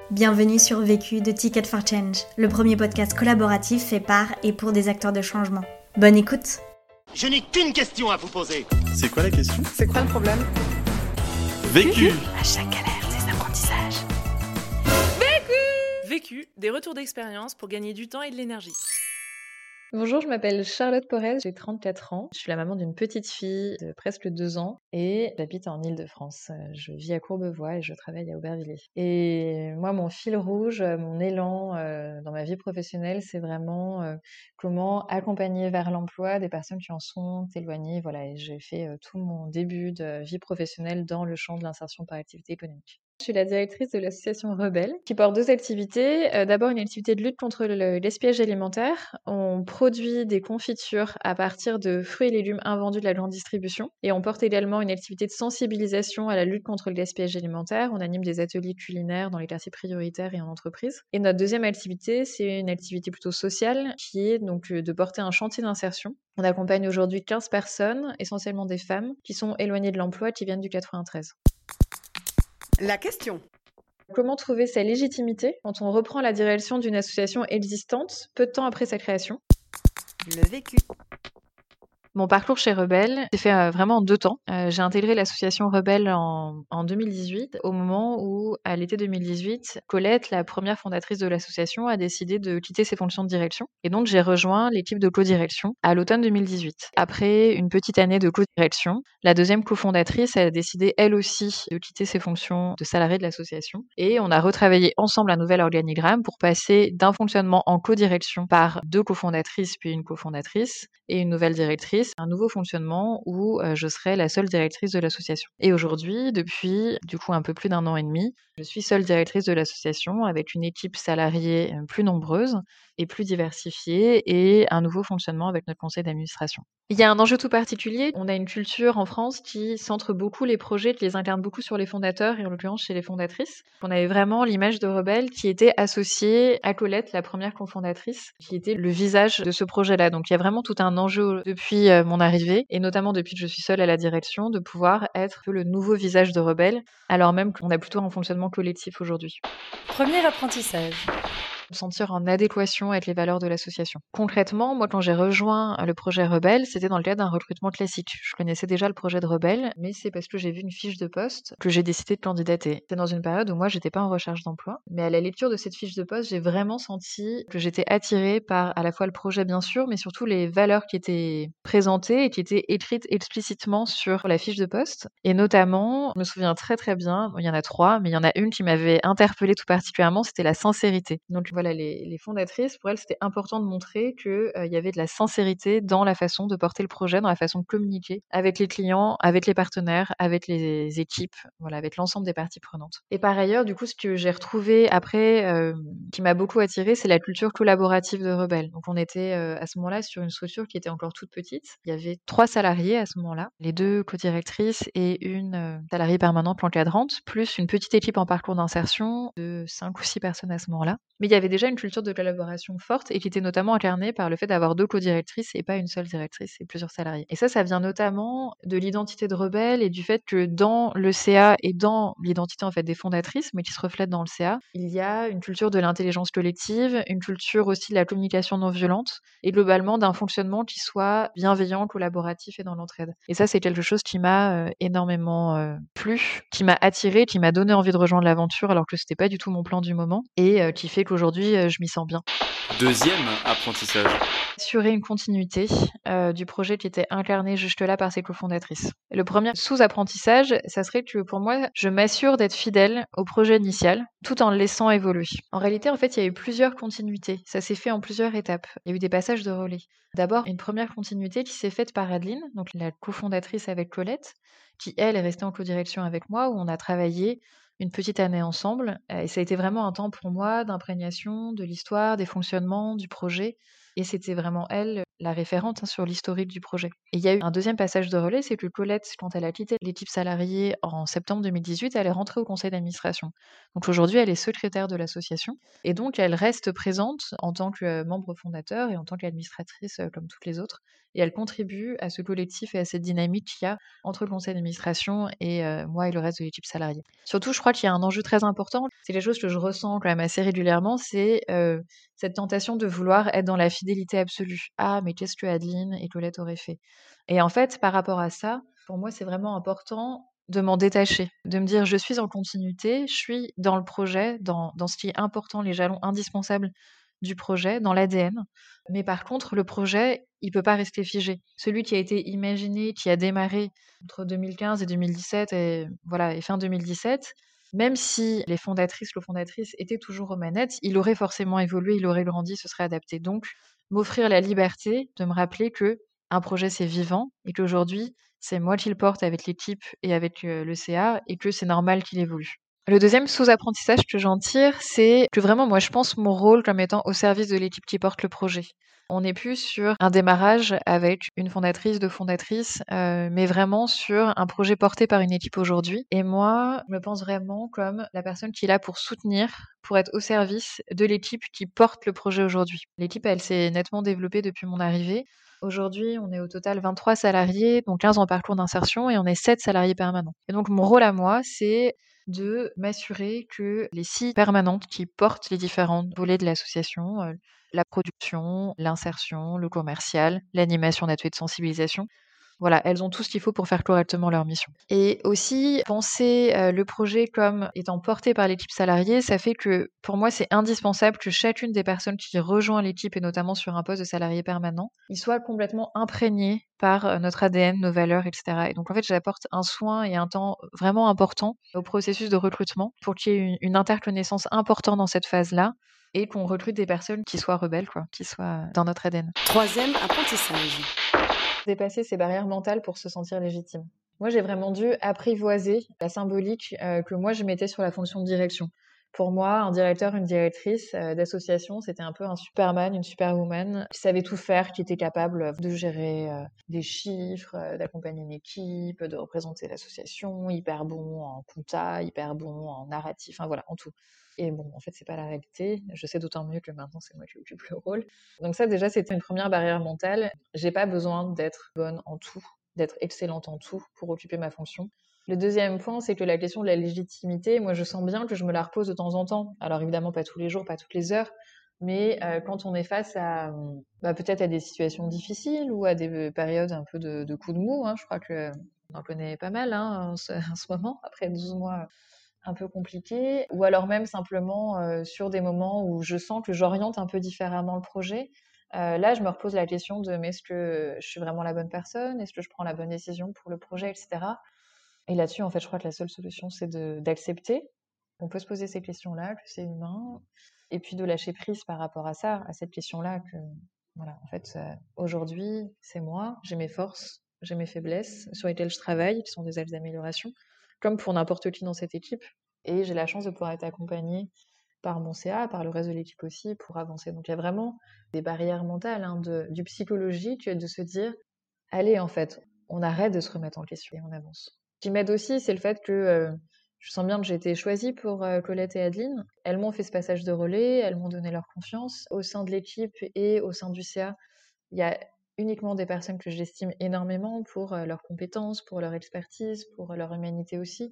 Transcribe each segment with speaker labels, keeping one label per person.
Speaker 1: Bienvenue sur Vécu de Ticket for Change, le premier podcast collaboratif fait par et pour des acteurs de changement. Bonne écoute.
Speaker 2: Je n'ai qu'une question à vous poser.
Speaker 3: C'est quoi la question ?
Speaker 4: C'est quoi le problème ?
Speaker 3: Vécu.
Speaker 1: À chaque galère, des apprentissages.
Speaker 4: Vécu, des retours d'expérience pour gagner du temps et de l'énergie.
Speaker 5: Bonjour, je m'appelle Charlotte Porez, j'ai 34 ans. Je suis la maman d'une petite fille de presque 2 ans et j'habite en Île-de-France. Je vis à Courbevoie et je travaille à Aubervilliers. Et moi, mon fil rouge, mon élan dans ma vie professionnelle, c'est vraiment comment accompagner vers l'emploi des personnes qui en sont éloignées. Voilà, et j'ai fait tout mon début de vie professionnelle dans le champ de l'insertion par activité économique. Je suis la directrice de l'association Rebelle, qui porte 2 activités. D'abord, une activité de lutte contre le gaspillage alimentaire. On produit des confitures à partir de fruits et légumes invendus de la grande distribution. Et on porte également une activité de sensibilisation à la lutte contre le gaspillage alimentaire. On anime des ateliers culinaires dans les quartiers prioritaires et en entreprise. Et notre deuxième activité, c'est une activité plutôt sociale, qui est donc de porter un chantier d'insertion. On accompagne aujourd'hui 15 personnes, essentiellement des femmes, qui sont éloignées de l'emploi, qui viennent du 93.
Speaker 4: La question.
Speaker 5: Comment trouver sa légitimité quand on reprend la direction d'une association existante peu de temps après sa création ?
Speaker 4: Le vécu.
Speaker 5: Mon parcours chez Rebelle s'est fait vraiment en 2 temps. J'ai intégré l'association Rebelle en 2018, au moment où, à l'été 2018, Colette, la première fondatrice de l'association, a décidé de quitter ses fonctions de direction. Et donc, j'ai rejoint l'équipe de co-direction à l'automne 2018. Après une petite année de co-direction, la deuxième cofondatrice a décidé, elle aussi, de quitter ses fonctions de salariée de l'association. Et on a retravaillé ensemble un nouvel organigramme pour passer d'un fonctionnement en co-direction par 2 cofondatrices puis une cofondatrice et une nouvelle directrice, un nouveau fonctionnement où je serai la seule directrice de l'association. Et aujourd'hui, depuis du coup un peu plus d'1 an et demi, je suis seule directrice de l'association avec une équipe salariée plus nombreuse et plus diversifiée et un nouveau fonctionnement avec notre conseil d'administration. Il y a un enjeu tout particulier. On a une culture en France qui centre beaucoup les projets, qui les incarne beaucoup sur les fondateurs et en l'occurrence chez les fondatrices. On avait vraiment l'image de Rebelle qui était associée à Colette, la première cofondatrice, qui était le visage de ce projet-là. Donc il y a vraiment tout un enjeu depuis mon arrivée et notamment depuis que je suis seule à la direction de pouvoir être le nouveau visage de Rebelle, alors même qu'on a plutôt un fonctionnement collectif aujourd'hui.
Speaker 1: Premier apprentissage.
Speaker 5: Me sentir en adéquation avec les valeurs de l'association. Concrètement, moi, quand j'ai rejoint le projet Rebelle, c'était dans le cadre d'un recrutement classique. Je connaissais déjà le projet de Rebelle, mais c'est parce que j'ai vu une fiche de poste que j'ai décidé de candidater. C'était dans une période où moi, j'étais pas en recherche d'emploi, mais à la lecture de cette fiche de poste, j'ai vraiment senti que j'étais attirée par à la fois le projet, bien sûr, mais surtout les valeurs qui étaient présentées et qui étaient écrites explicitement sur la fiche de poste. Et notamment, je me souviens très très bien, il y en a 3, mais il y en a une qui m'avait interpellée tout particulièrement, c'était la sincérité. Donc voilà, les fondatrices, pour elles, c'était important de montrer qu'il y avait de la sincérité dans la façon de porter le projet, dans la façon de communiquer avec les clients, avec les partenaires, avec les équipes, voilà, avec l'ensemble des parties prenantes. Et par ailleurs, du coup, ce que j'ai retrouvé après, qui m'a beaucoup attirée, c'est la culture collaborative de Rebelle. Donc on était à ce moment-là sur une structure qui était encore toute petite. Il y avait 3 salariés à ce moment-là, les 2 co-directrices et une salariée permanente encadrante, plus une petite équipe en parcours d'insertion de 5 ou 6 personnes à ce moment-là. Mais il y avait déjà une culture de collaboration forte et qui était notamment incarnée par le fait d'avoir 2 co-directrices et pas une seule directrice et plusieurs salariés. Et ça vient notamment de l'identité de Rebelle et du fait que dans le CA et dans l'identité en fait des fondatrices, mais qui se reflète dans le CA, il y a une culture de l'intelligence collective, une culture aussi de la communication non violente et globalement d'un fonctionnement qui soit bienveillant, collaboratif et dans l'entraide. Et ça, c'est quelque chose qui m'a énormément plu, qui m'a attirée, qui m'a donné envie de rejoindre l'aventure alors que c'était pas du tout mon plan du moment et qui fait qu'aujourd'hui, je m'y sens bien.
Speaker 3: Deuxième apprentissage.
Speaker 5: Assurer une continuité du projet qui était incarné jusque-là par ses cofondatrices. Le premier sous-apprentissage, ça serait que pour moi, je m'assure d'être fidèle au projet initial tout en le laissant évoluer. En réalité, en fait, il y a eu plusieurs continuités. Ça s'est fait en plusieurs étapes. Il y a eu des passages de relais. D'abord, une première continuité qui s'est faite par Adeline, donc la cofondatrice avec Colette, qui, elle, est restée en co-direction avec moi, où on a travaillé une petite année ensemble. Et ça a été vraiment un temps pour moi d'imprégnation de l'histoire, des fonctionnements, du projet. Et c'était vraiment elle, la référente sur l'historique du projet. Et il y a eu un deuxième passage de relais, c'est que Colette, quand elle a quitté l'équipe salariée en septembre 2018, elle est rentrée au conseil d'administration. Donc aujourd'hui, elle est secrétaire de l'association. Et donc, elle reste présente en tant que membre fondateur et en tant qu'administratrice comme toutes les autres. et elle contribue à ce collectif et à cette dynamique qu'il y a entre le conseil d'administration et moi et le reste de l'équipe salariée. Surtout, je crois qu'il y a un enjeu très important, c'est quelque chose que je ressens quand même assez régulièrement, c'est cette tentation de vouloir être dans la fidélité absolue. Ah, mais qu'est-ce que Adeline et Colette auraient fait? Et en fait, par rapport à ça, pour moi, c'est vraiment important de m'en détacher, de me dire je suis en continuité, je suis dans le projet, dans ce qui est important, les jalons indispensables du projet, dans l'ADN. Mais par contre, le projet, il peut pas rester figé. Celui qui a été imaginé, qui a démarré entre 2015 et 2017 et voilà, et fin 2017, même si les fondatrices, le fondatrice étaient toujours aux manettes, il aurait forcément évolué, il aurait grandi, se serait adapté. Donc, m'offrir la liberté de me rappeler que un projet c'est vivant et qu'aujourd'hui, c'est moi qui le porte avec l'équipe et avec le CA et que c'est normal qu'il évolue. Le deuxième sous-apprentissage que j'en tire, c'est que vraiment, moi, je pense mon rôle comme étant au service de l'équipe qui porte le projet. On n'est plus sur un démarrage avec une fondatrice, deux fondatrices, mais vraiment sur un projet porté par une équipe aujourd'hui. Et moi, je me pense vraiment comme la personne qui est là pour soutenir, pour être au service de l'équipe qui porte le projet aujourd'hui. L'équipe, elle s'est nettement développée depuis mon arrivée. Aujourd'hui, on est au total 23 salariés, dont 15 en parcours d'insertion, et on est 7 salariés permanents. Et donc, mon rôle à moi, c'est de m'assurer que les 6 permanentes qui portent les différents volets de l'association, la production, l'insertion, le commercial, l'animation d'ateliers de sensibilisation, voilà, elles ont tout ce qu'il faut pour faire correctement leur mission. Et aussi, penser le projet comme étant porté par l'équipe salariée, ça fait que pour moi, c'est indispensable que chacune des personnes qui rejoint l'équipe, et notamment sur un poste de salarié permanent, ils soient complètement imprégnés par notre ADN, nos valeurs, etc. Et donc, en fait, j'apporte un soin et un temps vraiment important au processus de recrutement pour qu'il y ait une interconnaissance importante dans cette phase-là et qu'on recrute des personnes qui soient rebelles, quoi, qui soient dans notre ADN.
Speaker 4: Troisième apprentissage.
Speaker 5: Dépasser ces barrières mentales pour se sentir légitime. Moi, j'ai vraiment dû apprivoiser la symbolique que moi, je mettais sur la fonction de direction. Pour moi, un directeur, une directrice d'association, c'était un peu un superman, une superwoman qui savait tout faire, qui était capable de gérer des chiffres, d'accompagner une équipe, de représenter l'association, hyper bon en compta, hyper bon en narratif, enfin voilà, en tout. Et bon, en fait, c'est pas la réalité. Je sais d'autant mieux que maintenant, c'est moi qui occupe le rôle. Donc ça, déjà, c'était une première barrière mentale. J'ai pas besoin d'être bonne en tout, d'être excellente en tout pour occuper ma fonction. Le deuxième point, c'est que la question de la légitimité, moi, je sens bien que je me la repose de temps en temps. Alors évidemment, pas tous les jours, pas toutes les heures, mais quand on est face à peut-être à des situations difficiles ou à des périodes un peu de coups de mou, hein, je crois que on en connaît pas mal en ce moment, après 12 mois un peu compliqué, ou alors même simplement sur des moments où je sens que j'oriente un peu différemment le projet. Là, je me repose la question de mais est-ce que je suis vraiment la bonne personne? Est-ce que je prends la bonne décision pour le projet, etc. Et là-dessus, en fait, je crois que la seule solution, c'est d'accepter. On peut se poser ces questions-là, que c'est humain, et puis de lâcher prise par rapport à ça, à cette question-là, que voilà, en fait, aujourd'hui, c'est moi, j'ai mes forces, j'ai mes faiblesses sur lesquelles je travaille, qui sont des axes d'amélioration, comme pour n'importe qui dans cette équipe. Et j'ai la chance de pouvoir être accompagnée par mon CA, par le reste de l'équipe aussi, pour avancer. Donc il y a vraiment des barrières mentales, hein, du psychologique, de se dire, allez, en fait, on arrête de se remettre en question et on avance. Ce qui m'aide aussi, c'est le fait que je sens bien que j'ai été choisie pour Colette et Adeline. Elles m'ont fait ce passage de relais, elles m'ont donné leur confiance. Au sein de l'équipe et au sein du CA, il y a uniquement des personnes que j'estime énormément pour leurs compétences, pour leur expertise, pour leur humanité aussi.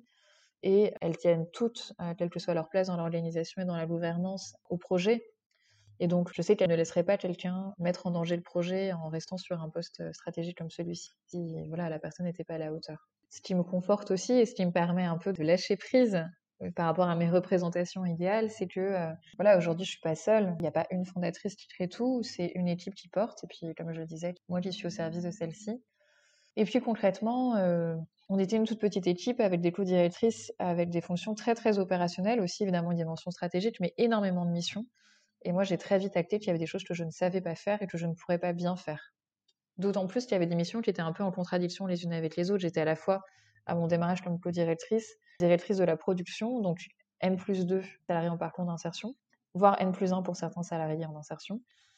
Speaker 5: Et elles tiennent toutes, quelle que soit leur place dans l'organisation et dans la gouvernance, au projet. Et donc, je sais qu'elles ne laisseraient pas quelqu'un mettre en danger le projet en restant sur un poste stratégique comme celui-ci, si voilà, la personne n'était pas à la hauteur. Ce qui me conforte aussi et ce qui me permet un peu de lâcher prise par rapport à mes représentations idéales, c'est que voilà, aujourd'hui, je suis pas seule. Il n'y a pas une fondatrice qui crée tout, c'est une équipe qui porte. Et puis, comme je le disais, moi qui suis au service de celle-ci. Et puis concrètement, on était une toute petite équipe avec des co-directrices, avec des fonctions très très opérationnelles aussi, évidemment une dimension stratégique, mais énormément de missions. Et moi, j'ai très vite acté qu'il y avait des choses que je ne savais pas faire et que je ne pourrais pas bien faire. D'autant plus qu'il y avait des missions qui étaient un peu en contradiction les unes avec les autres. J'étais à la fois, à mon démarrage comme co-directrice, directrice de la production, donc N+2 salariés en parcours d'insertion, voire N+1 pour certains salariés en insertion,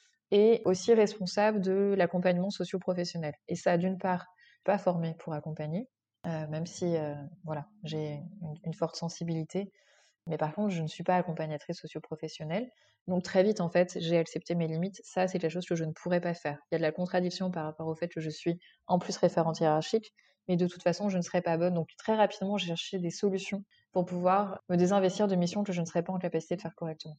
Speaker 5: et aussi responsable de l'accompagnement socio-professionnel. Et ça, d'une part, pas formée pour accompagner, même si voilà, j'ai une forte sensibilité. Mais par contre, je ne suis pas accompagnatrice socio-professionnelle. Donc très vite, en fait, j'ai accepté mes limites. Ça, c'est quelque chose que je ne pourrais pas faire. Il y a de la contradiction par rapport au fait que je suis en plus référente hiérarchique, mais de toute façon, je ne serais pas bonne. Donc très rapidement, j'ai cherché des solutions pour pouvoir me désinvestir de missions que je ne serais pas en capacité de faire correctement.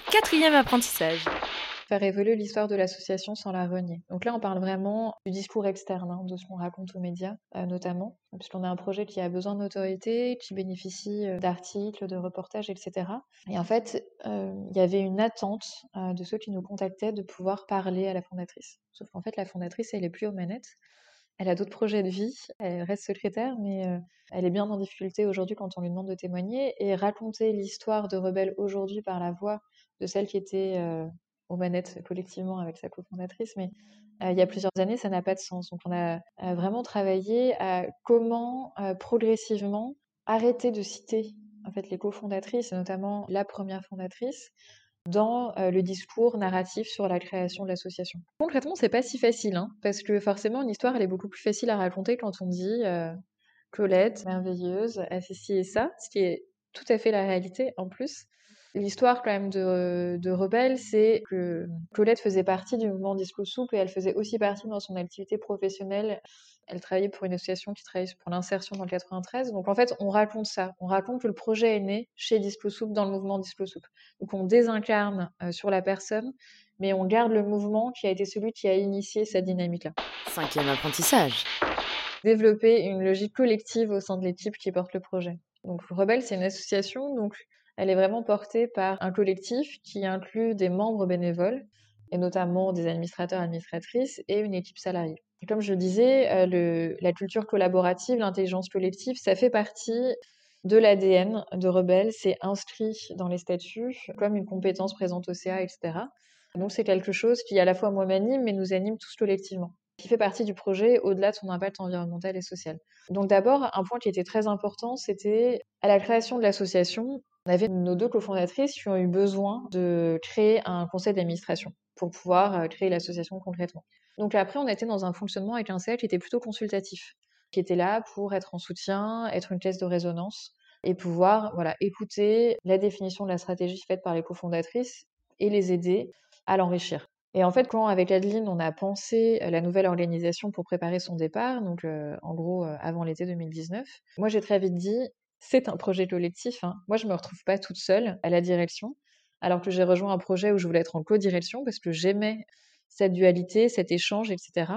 Speaker 4: 4e apprentissage.
Speaker 5: Faire évoluer l'histoire de l'association sans la renier. Donc là, on parle vraiment du discours externe, de ce qu'on raconte aux médias, notamment, puisqu'on a un projet qui a besoin de notoriété, qui bénéficie d'articles, de reportages, etc. Et en fait, il y avait une attente de ceux qui nous contactaient de pouvoir parler à la fondatrice. Sauf qu'en fait, la fondatrice, elle est plus aux manettes. Elle a d'autres projets de vie, elle reste secrétaire, mais elle est bien en difficulté aujourd'hui quand on lui demande de témoigner. Et raconter l'histoire de Rebelle aujourd'hui par la voix de celle qui était aux manettes collectivement avec sa cofondatrice, mais il y a plusieurs années, ça n'a pas de sens. Donc on a vraiment travaillé à comment progressivement arrêter de citer en fait les cofondatrices, et notamment la première fondatrice, dans le discours narratif sur la création de l'association. Concrètement, c'est pas si facile, parce que forcément, une histoire, elle est beaucoup plus facile à raconter quand on dit Colette, merveilleuse, a fait ci et ça, ce qui est tout à fait la réalité en plus. L'histoire quand même de Rebelle, c'est que Colette faisait partie du mouvement Disco Soupe et elle faisait aussi partie dans son activité professionnelle. Elle travaillait pour une association qui travaillait pour l'insertion dans le 93. Donc en fait, on raconte ça. On raconte que le projet est né chez Disco Soupe, dans le mouvement Disco Soupe. Donc on désincarne sur la personne, mais on garde le mouvement qui a été celui qui a initié cette dynamique-là.
Speaker 4: 5e apprentissage.
Speaker 5: Développer une logique collective au sein de l'équipe qui porte le projet. Donc Rebelle, c'est une association, donc elle est vraiment portée par un collectif qui inclut des membres bénévoles, et notamment des administrateurs, administratrices, et une équipe salariée. Et comme je le disais, la culture collaborative, l'intelligence collective, ça fait partie de l'ADN de Rebelle, c'est inscrit dans les statuts comme une compétence présente au CA, etc. Donc c'est quelque chose qui à la fois moi m'anime, mais nous anime tous collectivement, qui fait partie du projet au-delà de son impact environnemental et social. Donc d'abord, un point qui était très important, c'était à la création de l'association, on avait nos 2 cofondatrices qui ont eu besoin de créer un conseil d'administration pour pouvoir créer l'association concrètement. Donc après, on était dans un fonctionnement avec un CA qui était plutôt consultatif, qui était là pour être en soutien, être une caisse de résonance et pouvoir écouter la définition de la stratégie faite par les cofondatrices et les aider à l'enrichir. Et en fait, quand avec Adeline, on a pensé la nouvelle organisation pour préparer son départ, donc en gros avant l'été 2019, moi j'ai très vite dit, c'est un projet collectif. Moi, je me retrouve pas toute seule à la direction, alors que j'ai rejoint un projet où je voulais être en co-direction parce que j'aimais cette dualité, cet échange, etc.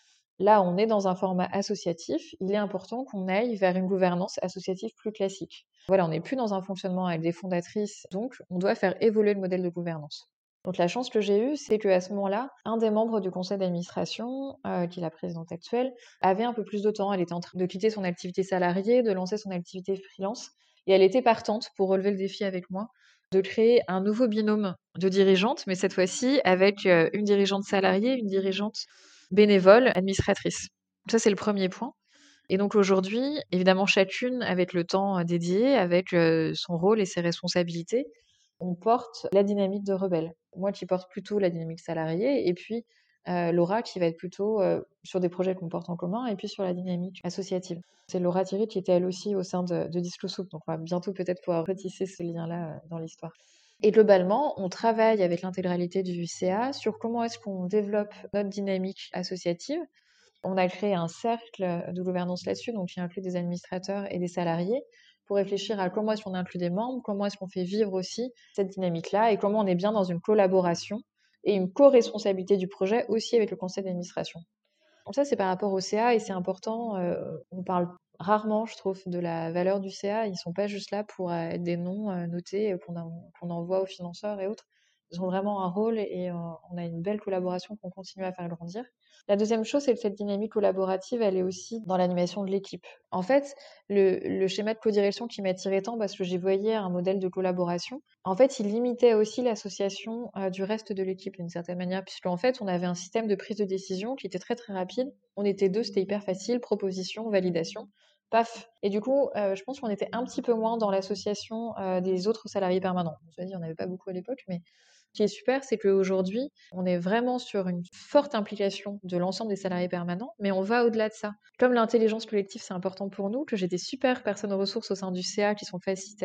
Speaker 5: Là, on est dans un format associatif. Il est important qu'on aille vers une gouvernance associative plus classique. Voilà, on n'est plus dans un fonctionnement avec des fondatrices, donc on doit faire évoluer le modèle de gouvernance. Donc la chance que j'ai eue, c'est qu'à ce moment-là, un des membres du conseil d'administration, qui est la présidente actuelle, avait un peu plus de temps. Elle était en train de quitter son activité salariée, de lancer son activité freelance, et elle était partante pour relever le défi avec moi, de créer un nouveau binôme de dirigeantes, mais cette fois-ci avec une dirigeante salariée, une dirigeante bénévole, administratrice. Ça, c'est le premier point. Et donc aujourd'hui, évidemment, chacune avec le temps dédié, avec son rôle et ses responsabilités, on porte la dynamique de Rebelle. Moi qui porte plutôt la dynamique salariée, et puis Laura qui va être plutôt sur des projets qu'on porte en commun, et puis sur la dynamique associative. C'est Laura Thierry qui était elle aussi au sein de Disco Soup, donc on va bientôt peut-être pouvoir retisser ce lien-là dans l'histoire. Et globalement, on travaille avec l'intégralité du CA sur comment est-ce qu'on développe notre dynamique associative. On a créé un cercle de gouvernance là-dessus, donc qui inclut des administrateurs et des salariés, pour réfléchir à comment est-ce qu'on inclut des membres, comment est-ce qu'on fait vivre aussi cette dynamique-là, et comment on est bien dans une collaboration et une co-responsabilité du projet aussi avec le conseil d'administration. Donc ça, c'est par rapport au CA, et c'est important. On parle rarement, je trouve, de la valeur du CA. Ils ne sont pas juste là pour être des noms notés qu'on envoie aux financeurs et autres. Ils ont vraiment un rôle, et on a une belle collaboration qu'on continue à faire grandir. La deuxième chose, c'est que cette dynamique collaborative, elle est aussi dans l'animation de l'équipe. En fait, le schéma de codirection qui m'attirait tant parce que j'y voyais un modèle de collaboration, en fait, il limitait aussi l'association du reste de l'équipe d'une certaine manière, puisqu'en fait, on avait un système de prise de décision qui était très très rapide. On était 2, c'était hyper facile, proposition, validation. Paf. Et du coup, je pense qu'on était un petit peu moins dans l'association des autres salariés permanents. Je veux dire, il n'y en avait pas beaucoup à l'époque, mais ce qui est super, c'est qu'aujourd'hui, on est vraiment sur une forte implication de l'ensemble des salariés permanents, mais on va au-delà de ça. Comme l'intelligence collective, c'est important pour nous, que j'ai des super personnes aux ressources au sein du CA qui sont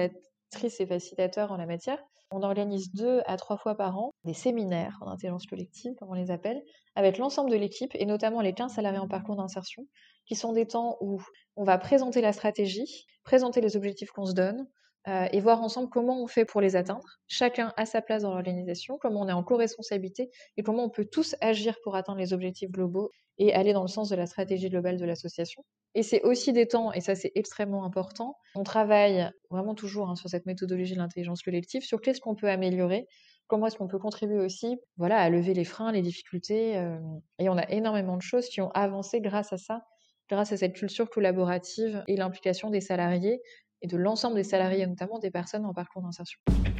Speaker 5: facilitatrices et facilitateurs en la matière. On organise 2 à 3 fois par an des séminaires en intelligence collective, comme on les appelle, avec l'ensemble de l'équipe et notamment les 15 salariés en parcours d'insertion, qui sont des temps où on va présenter la stratégie, présenter les objectifs qu'on se donne, et voir ensemble comment on fait pour les atteindre, chacun à sa place dans l'organisation, comment on est en co-responsabilité et comment on peut tous agir pour atteindre les objectifs globaux et aller dans le sens de la stratégie globale de l'association. Et c'est aussi des temps, et ça c'est extrêmement important, on travaille vraiment toujours sur cette méthodologie de l'intelligence collective, sur qu'est-ce qu'on peut améliorer, comment est-ce qu'on peut contribuer aussi à lever les freins, les difficultés, et on a énormément de choses qui ont avancé grâce à ça, grâce à cette culture collaborative et l'implication des salariés, et de l'ensemble des salariés, et notamment des personnes en parcours d'insertion.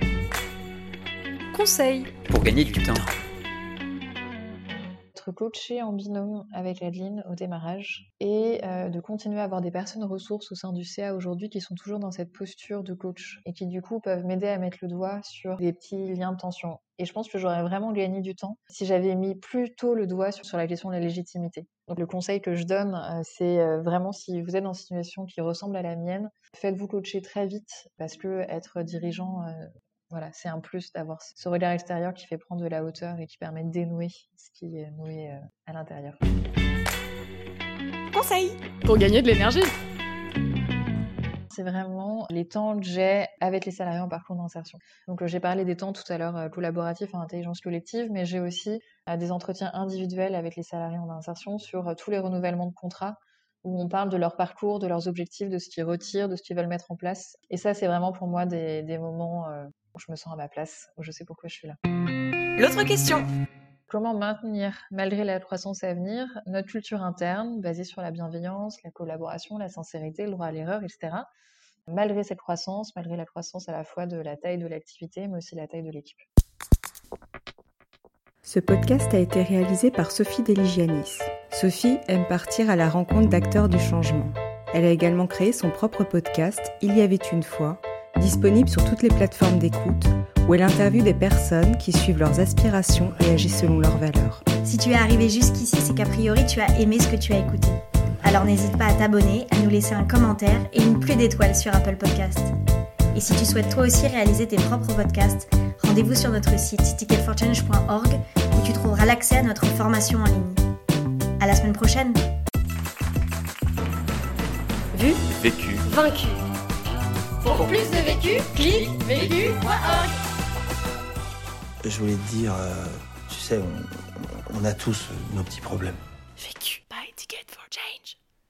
Speaker 4: Conseil
Speaker 3: Pour gagner du temps.
Speaker 5: Être coaché en binôme avec Adeline au démarrage et de continuer à avoir des personnes ressources au sein du CA aujourd'hui qui sont toujours dans cette posture de coach et qui du coup peuvent m'aider à mettre le doigt sur des petits liens de tension. Et je pense que j'aurais vraiment gagné du temps si j'avais mis plus tôt le doigt sur la question de la légitimité. Donc le conseil que je donne, c'est vraiment si vous êtes dans une situation qui ressemble à la mienne, faites-vous coacher très vite parce que être dirigeant, c'est un plus d'avoir ce regard extérieur qui fait prendre de la hauteur et qui permet de dénouer ce qui est noué à l'intérieur.
Speaker 4: Conseil pour gagner de l'énergie.
Speaker 5: C'est vraiment les temps que j'ai avec les salariés en parcours d'insertion. Donc j'ai parlé des temps tout à l'heure collaboratifs en intelligence collective, mais j'ai aussi des entretiens individuels avec les salariés en insertion sur tous les renouvellements de contrats où on parle de leur parcours, de leurs objectifs, de ce qu'ils retirent, de ce qu'ils veulent mettre en place. Et ça, c'est vraiment pour moi des moments où je me sens à ma place, où je sais pourquoi je suis là.
Speaker 4: L'autre question.
Speaker 5: Comment maintenir, malgré la croissance à venir, notre culture interne, basée sur la bienveillance, la collaboration, la sincérité, le droit à l'erreur, etc. Malgré cette croissance, malgré la croissance à la fois de la taille de l'activité, mais aussi la taille de l'équipe.
Speaker 6: Ce podcast a été réalisé par Sophie Deligianis. Sophie aime partir à la rencontre d'acteurs du changement. Elle a également créé son propre podcast « Il y avait une fois », disponible sur toutes les plateformes d'écoute, où elle interviewe des personnes qui suivent leurs aspirations et agissent selon leurs valeurs.
Speaker 1: Si tu es arrivé jusqu'ici, c'est qu'a priori tu as aimé ce que tu as écouté. Alors n'hésite pas à t'abonner, à nous laisser un commentaire et une pluie d'étoiles sur Apple Podcasts. Et si tu souhaites toi aussi réaliser tes propres podcasts, rendez-vous sur notre site ticketforchange.org où tu trouveras l'accès à notre formation en ligne. À la semaine prochaine.
Speaker 4: Vu,
Speaker 3: Vécu.
Speaker 4: vaincu. Pour plus de vécu, clique vécu.org.
Speaker 7: Je voulais te dire, tu sais, on a tous nos petits problèmes.
Speaker 4: Vécu by Ticket for Change.